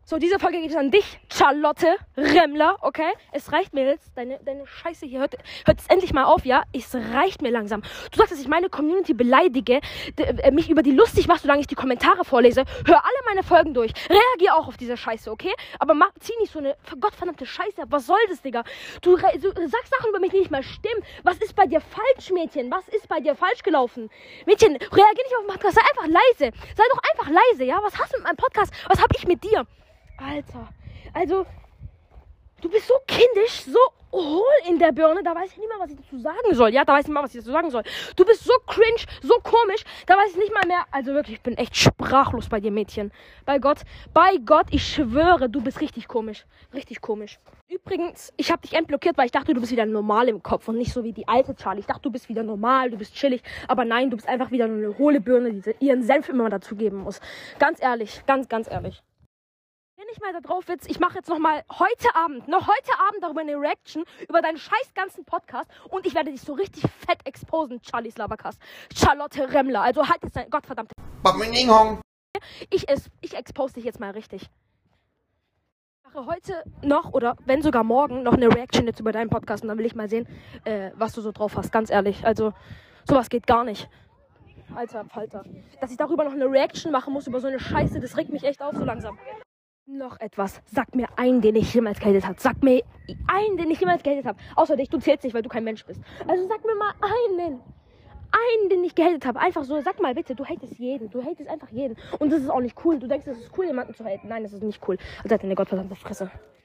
So, diese Folge geht es an dich, Charlotte Remmler, okay? Es reicht mir jetzt, deine Scheiße hier, hört es endlich mal auf, ja? Es reicht mir langsam. Du sagst, dass ich meine Community beleidige, mich über die lustig machst, solange ich die Kommentare vorlese. Hör alle meine Folgen durch. Reagier auch auf diese Scheiße, okay? Aber zieh nicht so eine gottverdammte Scheiße ab. Was soll das, Digga? Du sagst Sachen über mich, die nicht mal stimmen. Was ist bei dir falsch, Mädchen? Was ist bei dir falsch gelaufen? Mädchen, reagier nicht auf den Podcast, sei einfach leise. Sei doch einfach leise, ja? Was hast du mit meinem Podcast? Was hab ich mit dir? Alter, also, du bist so kindisch, so hohl in der Birne, da weiß ich nicht mal, was ich dazu sagen soll. Ja, da weiß ich nicht mal, was ich dazu sagen soll. Du bist so cringe, so komisch, da weiß ich nicht mal mehr. Also wirklich, ich bin echt sprachlos bei dir, Mädchen. Bei Gott, ich schwöre, du bist richtig komisch. Richtig komisch. Übrigens, ich habe dich entblockiert, weil ich dachte, du bist wieder normal im Kopf und nicht so wie die alte Charlie. Ich dachte, du bist wieder normal, du bist chillig. Aber nein, du bist einfach wieder nur eine hohle Birne, die ihren Senf immer dazugeben muss. Ganz ehrlich, ganz ehrlich. Wenn ich mal da drauf sitze, ich mache jetzt noch heute Abend darüber eine Reaction über deinen scheiß ganzen Podcast und ich werde dich so richtig fett exposen, Charlies Labercast. Charlotte Remmler, also halt jetzt dein Gottverdammte. Ich expose dich jetzt mal richtig. Ich mache heute noch, oder wenn sogar morgen, noch eine Reaction jetzt über deinen Podcast und dann will ich mal sehen, was du so drauf hast, ganz ehrlich. Also, sowas geht gar nicht. Alter Falter. Dass ich darüber noch eine Reaction machen muss, über so eine Scheiße, das regt mich echt auf so langsam. Noch etwas. Sag mir einen, den ich jemals gehatet habe. Sag mir einen, den ich jemals gehatet habe. Außer dich, du zählst nicht, weil du kein Mensch bist. Also sag mir mal einen. Einen, den ich gehatet habe. Einfach so, sag mal bitte, du hatest jeden. Du hatest einfach jeden. Und das ist auch nicht cool. Du denkst, das ist cool, jemanden zu haten. Nein, das ist nicht cool. Also halt deine gottverdammte Fresse.